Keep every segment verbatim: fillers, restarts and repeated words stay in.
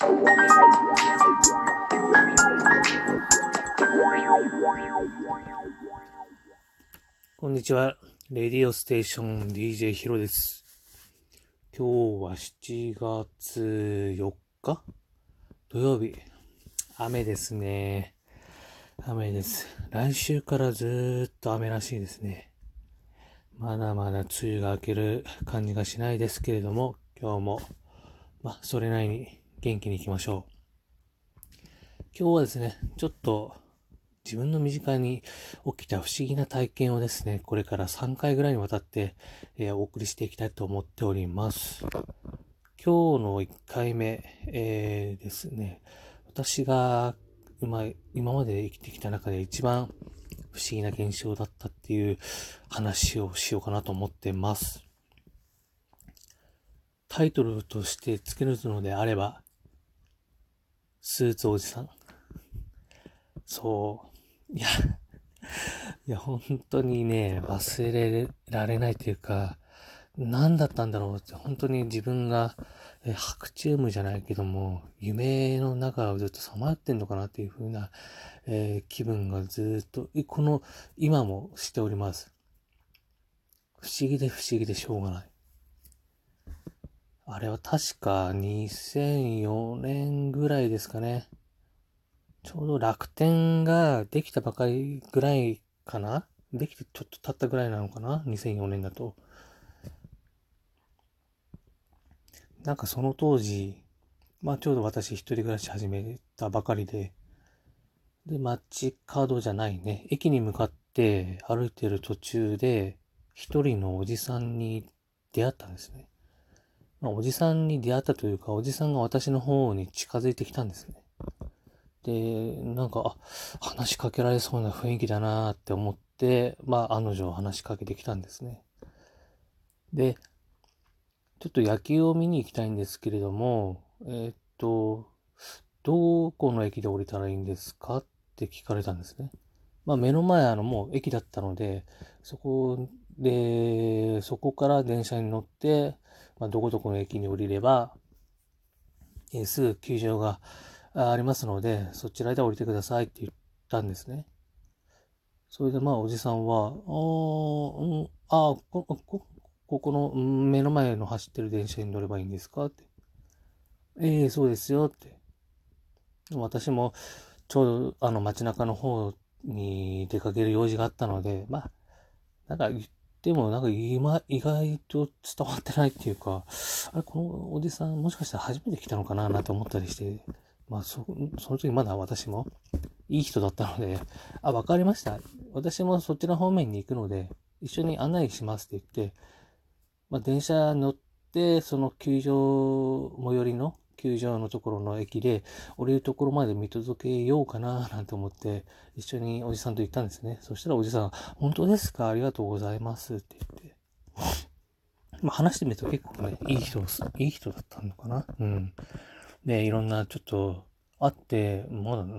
こんにちは。レディオステーション ディージェー ヒロです。今日はしちがつよっか土曜日。雨ですね。雨です。来週からずーっと雨らしいですね。まだまだ梅雨が明ける感じがしないですけれども、今日も、まあ、それなりに元気に行きましょう。今日はですね、ちょっと、自分の身近に起きた不思議な体験をですね、これからさんかいぐらいにわたって、えー、お送りしていきたいと思っております。今日のいっかいめ、えー、ですね、私が今、今まで生きてきた中で一番不思議な現象だったっていう話をしようかなと思ってます。タイトルとして付けるのであれば、スーツおじさん。そう。いや、いや、本当にね、忘れられないというか、何だったんだろうって、本当に自分が、え白チュームじゃないけども、夢の中をずっとさまよってんのかなっていう風な、えー気分がずっと、この、今もしております。不思議で不思議でしょうがない。あれは確かにせんよねんぐらいですかね。ちょうど楽天ができたばかりぐらいかなできてちょっと経ったぐらいなのかな ?にせんよねん だと。なんかその当時、まあちょうど私一人暮らし始めたばかりで、で、街角じゃないね、駅に向かって歩いてる途中で、一人のおじさんに出会ったんですね。まあ、おじさんに出会ったというか、おじさんが私の方に近づいてきたんですね。で、なんか、あ、話しかけられそうな雰囲気だなーって思って、まあ、案の定話しかけてきたんですね。で、ちょっと野球を見に行きたいんですけれども、えーっと、どこの駅で降りたらいいんですかって聞かれたんですね。まあ目の前あのもう駅だったので、そこで、そこから電車に乗って、まあ、どこどこの駅に降りれば、えーすぐ球場がありますので、そちらで降りてくださいって言ったんですね。それでまあおじさんは、あー、うん、あーこ、こ、ここのうん目の前の走ってる電車に乗ればいいんですかって。ええ、そうですよって。私もちょうどあの街中の方に出かける用事があったので、まあ、なんか言ってもなんか今意外と伝わってないっていうか、あれ、このおじさんもしかしたら初めて来たのかななんて思ったりして、まあそ、その時まだ私もいい人だったので、あ、わかりました。私もそっちの方面に行くので、一緒に案内しますって言って、まあ、電車乗って、その球場、最寄りの球場のところの駅で降りるところまで見届けようかななんて思って、一緒におじさんと行ったんですね。そしたらおじさん、本当ですかありがとうございますって言って。まあ、話してみると結構ね、いい人、いい人だったのかなうん。で、いろんなちょっと、会って、まだ、うん、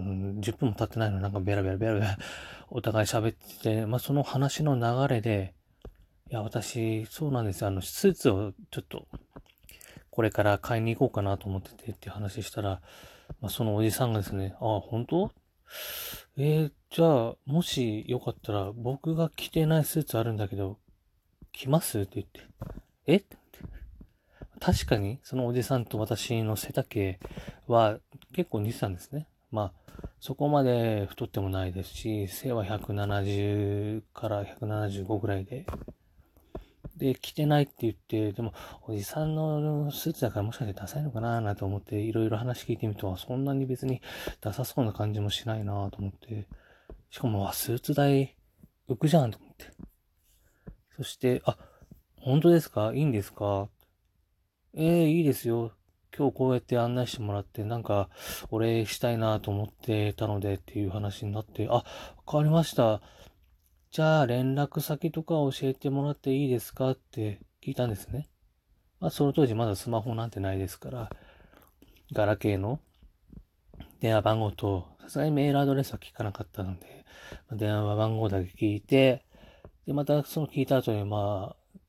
じゅっぷんも経ってないのなんかベラベラベラベラお互い喋ってて、まあ、その話の流れで、いや、私、そうなんですよ。あの、スーツをちょっと、これから買いに行こうかなと思っててっていう話したら、まあ、そのおじさんがですね、ああ、本当えー、じゃあ、もしよかったら、僕が着てないスーツあるんだけど、着ますって言って、えって確かに、そのおじさんと私の背丈は結構似てたんですね。まあ、そこまで太ってもないですし、背はひゃくななじゅうからひゃくななじゅうごぐらいで、で、着てないって言って、でも、おじさんのスーツだからもしかしてダサいのかななんて思って、いろいろ話聞いてみると、そんなに別にダサそうな感じもしないなと思って、しかも、スーツ代浮くじゃんと思って。そして、あ、本当ですかいいんですかええー、いいですよ。今日こうやって案内してもらって、なんか、お礼したいなと思ってたのでっていう話になって、あ、わかりました。じゃあ、連絡先とか教えてもらっていいですかって聞いたんですね。まあ、その当時まだスマホなんてないですから、ガラケーの電話番号と、さすがにメールアドレスは聞かなかったので、電話番号だけ聞いて、で、またその聞いた後に、まあ、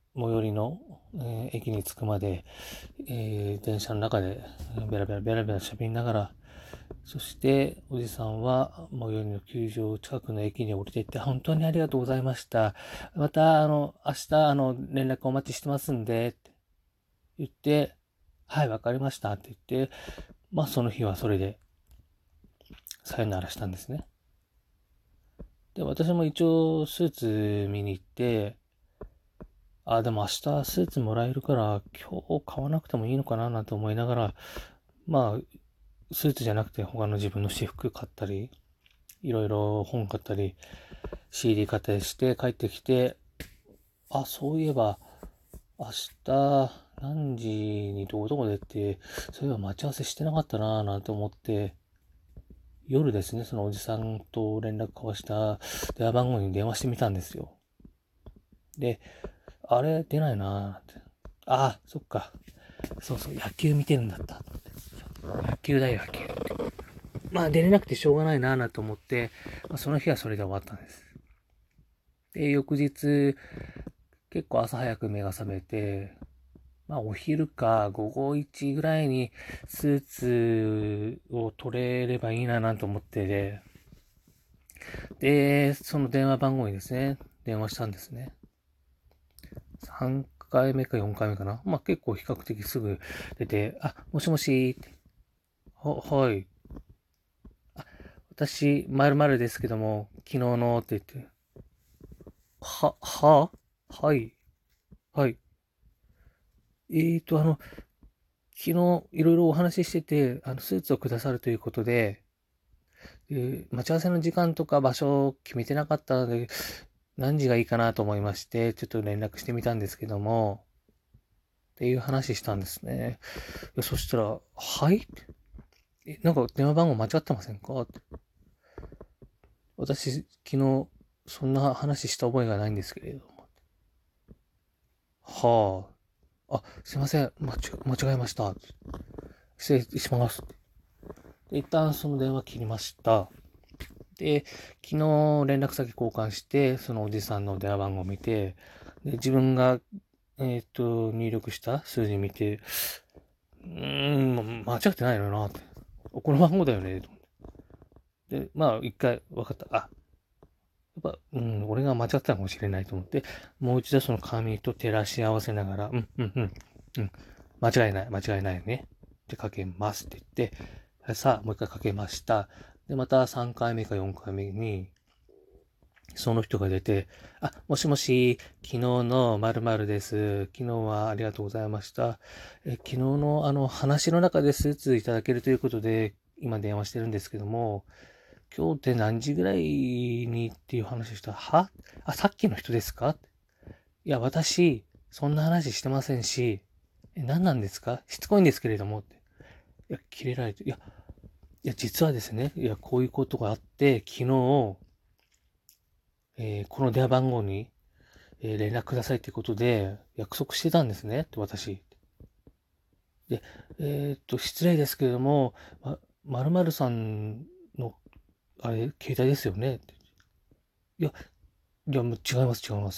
最寄りの、えー駅に着くまで、えー電車の中でベラベラベラベラ喋りながら、そしておじさんは最寄りの球場近くの駅に降りていって、本当にありがとうございました。また、あの、明日、あの、連絡お待ちしてますんで、って言って、はい、わかりましたって言って、まあその日はそれでさよならしたんですね。で、私も一応スーツ見に行って、あ、でも明日スーツもらえるから今日買わなくてもいいのかななんて思いながら、まあ、スーツじゃなくて他の自分の私服買ったり、いろいろ本買ったり、シーディー 買ったりして帰ってきて、あ、そういえば明日何時にどこどこでって、そういえば待ち合わせしてなかったなぁなんて思って、夜ですね、そのおじさんと連絡交わした電話番号に電話してみたんですよ。で、あれ出ないなぁなんて。あ、そっか。そうそう、野球見てるんだった。野球だよ、野球。まあ出れなくてしょうがないなぁなと思って、まあ、その日はそれで終わったんです。で、翌日、結構朝早く目が覚めて、まあお昼か午後いちぐらいにスーツを取れればいいななんて思ってで、で、その電話番号にですね、電話したんですね。さんかいめかよんかいめかな。まあ結構比較的すぐ出て、あ、もしもし、は、はい。あ、私、〇〇ですけども、昨日のって言って、は、ははい。はい。えーと、あの、昨日いろいろお話ししてて、あの、スーツをくださるということで、えー待ち合わせの時間とか場所を決めてなかったので、何時がいいかなと思いまして、ちょっと連絡してみたんですけども、っていう話したんですね。いやそしたら、はいえ、なんか電話番号間違ってませんかって。私、昨日、そんな話した覚えがないんですけれども。はあ。あ、すいません。間違、間違えました。失礼します。で、一旦その電話切りました。で、昨日連絡先交換して、そのおじさんの電話番号を見て、で、自分が、えっと、入力した数字見て、うーん、間違ってないのなって。この番号だよね。で、まあ、一回分かった。あ、やっぱ、うん、俺が間違ってたかもしれないと思って、もう一度その紙と照らし合わせながら、うん、うん、うん、うん、間違いない、間違いないよね。ってかけますって言って、さあ、もう一回かけました。で、またさんかいめかよんかいめに、その人が出て、あ、もしもし、昨日の〇〇です。昨日はありがとうございました。え昨日のあの話の中でスーツいただけるということで、今電話してるんですけども、今日って何時ぐらいにっていう話をしたら、はあ、さっきの人ですかいや、私、そんな話してませんし、え、何なんですかしつこいんですけれどもって。いや、切れられて、いや、いや、実はですね、いや、こういうことがあって、昨日、えーこの電話番号に、えー連絡くださいってことで、約束してたんですね、って私。で、えーっと、失礼ですけれども、ま、〇〇さんの、あれ、携帯ですよねって。いや、いや、もう違います、違います。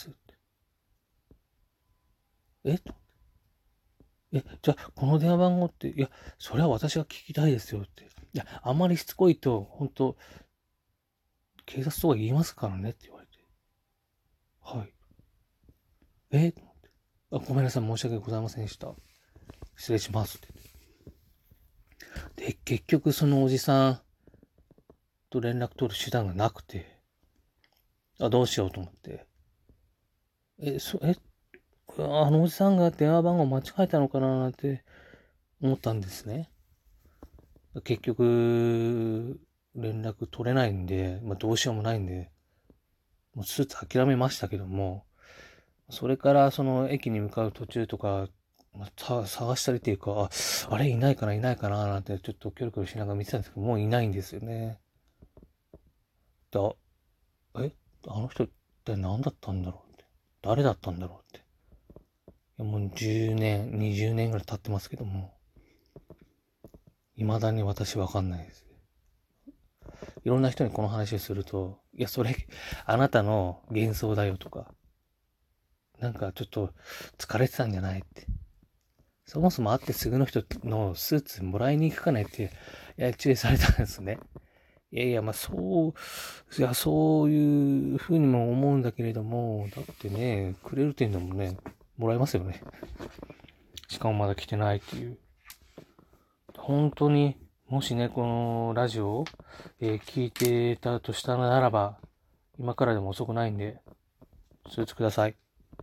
えとえ、じゃあ、この電話番号って、いや、それは私が聞きたいですよって。いや、あんまりしつこいと、本当警察とか言いますからねって言われて。はい。えあ、ごめんなさい、申し訳ございませんでした。失礼しますって。で、結局そのおじさんと連絡取る手段がなくて、あ、どうしようと思って。え、そ、え、あのおじさんが電話番号間違えたのかななんて思ったんですね。結局、連絡取れないんで、まあ、どうしようもないんで、もうスーツ諦めましたけども、それからその駅に向かう途中とか、まあ、探したりっていうか、あ、あれいないかないないかななんてちょっとキョロキョロしながら見てたんですけど、もういないんですよね。だ、えあの人って何だったんだろうって。誰だったんだろうって。いやもうじゅうねん、にじゅうねんぐらい経ってますけども、未だに私わかんないです。いろんな人にこの話をすると、いや、それ、あなたの幻想だよとか、 なんかちょっと疲れてたんじゃないって。そもそも会ってすぐの人のスーツもらいに行くかねって、いや、注意されたんですね。いやいや、まあそう、いや、そういうふうにも思うんだけれども、だってね、くれるっていうのもね、もらえますよね。しかもまだ来てないっていう。本当に、もしね、このラジオを、えー聞いてたとしたならば、今からでも遅くないんで、スーツください。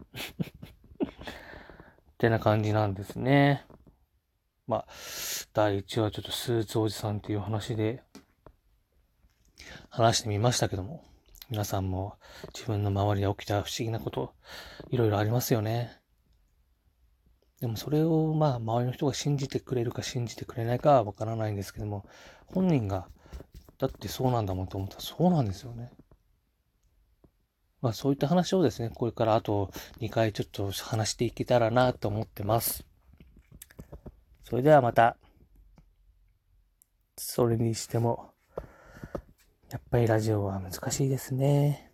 ってな感じなんですね。まあ、だいいちわちょっとスーツおじさんっていう話で話してみましたけども、皆さんも自分の周りで起きた不思議なこと、いろいろありますよね。でもそれをまあ周りの人が信じてくれるか信じてくれないかはわからないんですけども、本人がだってそうなんだもんと思ったらそうなんですよね。まあそういった話をですね、これからあとにかいちょっと話していけたらなと思ってます。それではまた、それにしても、やっぱりラジオは難しいですね。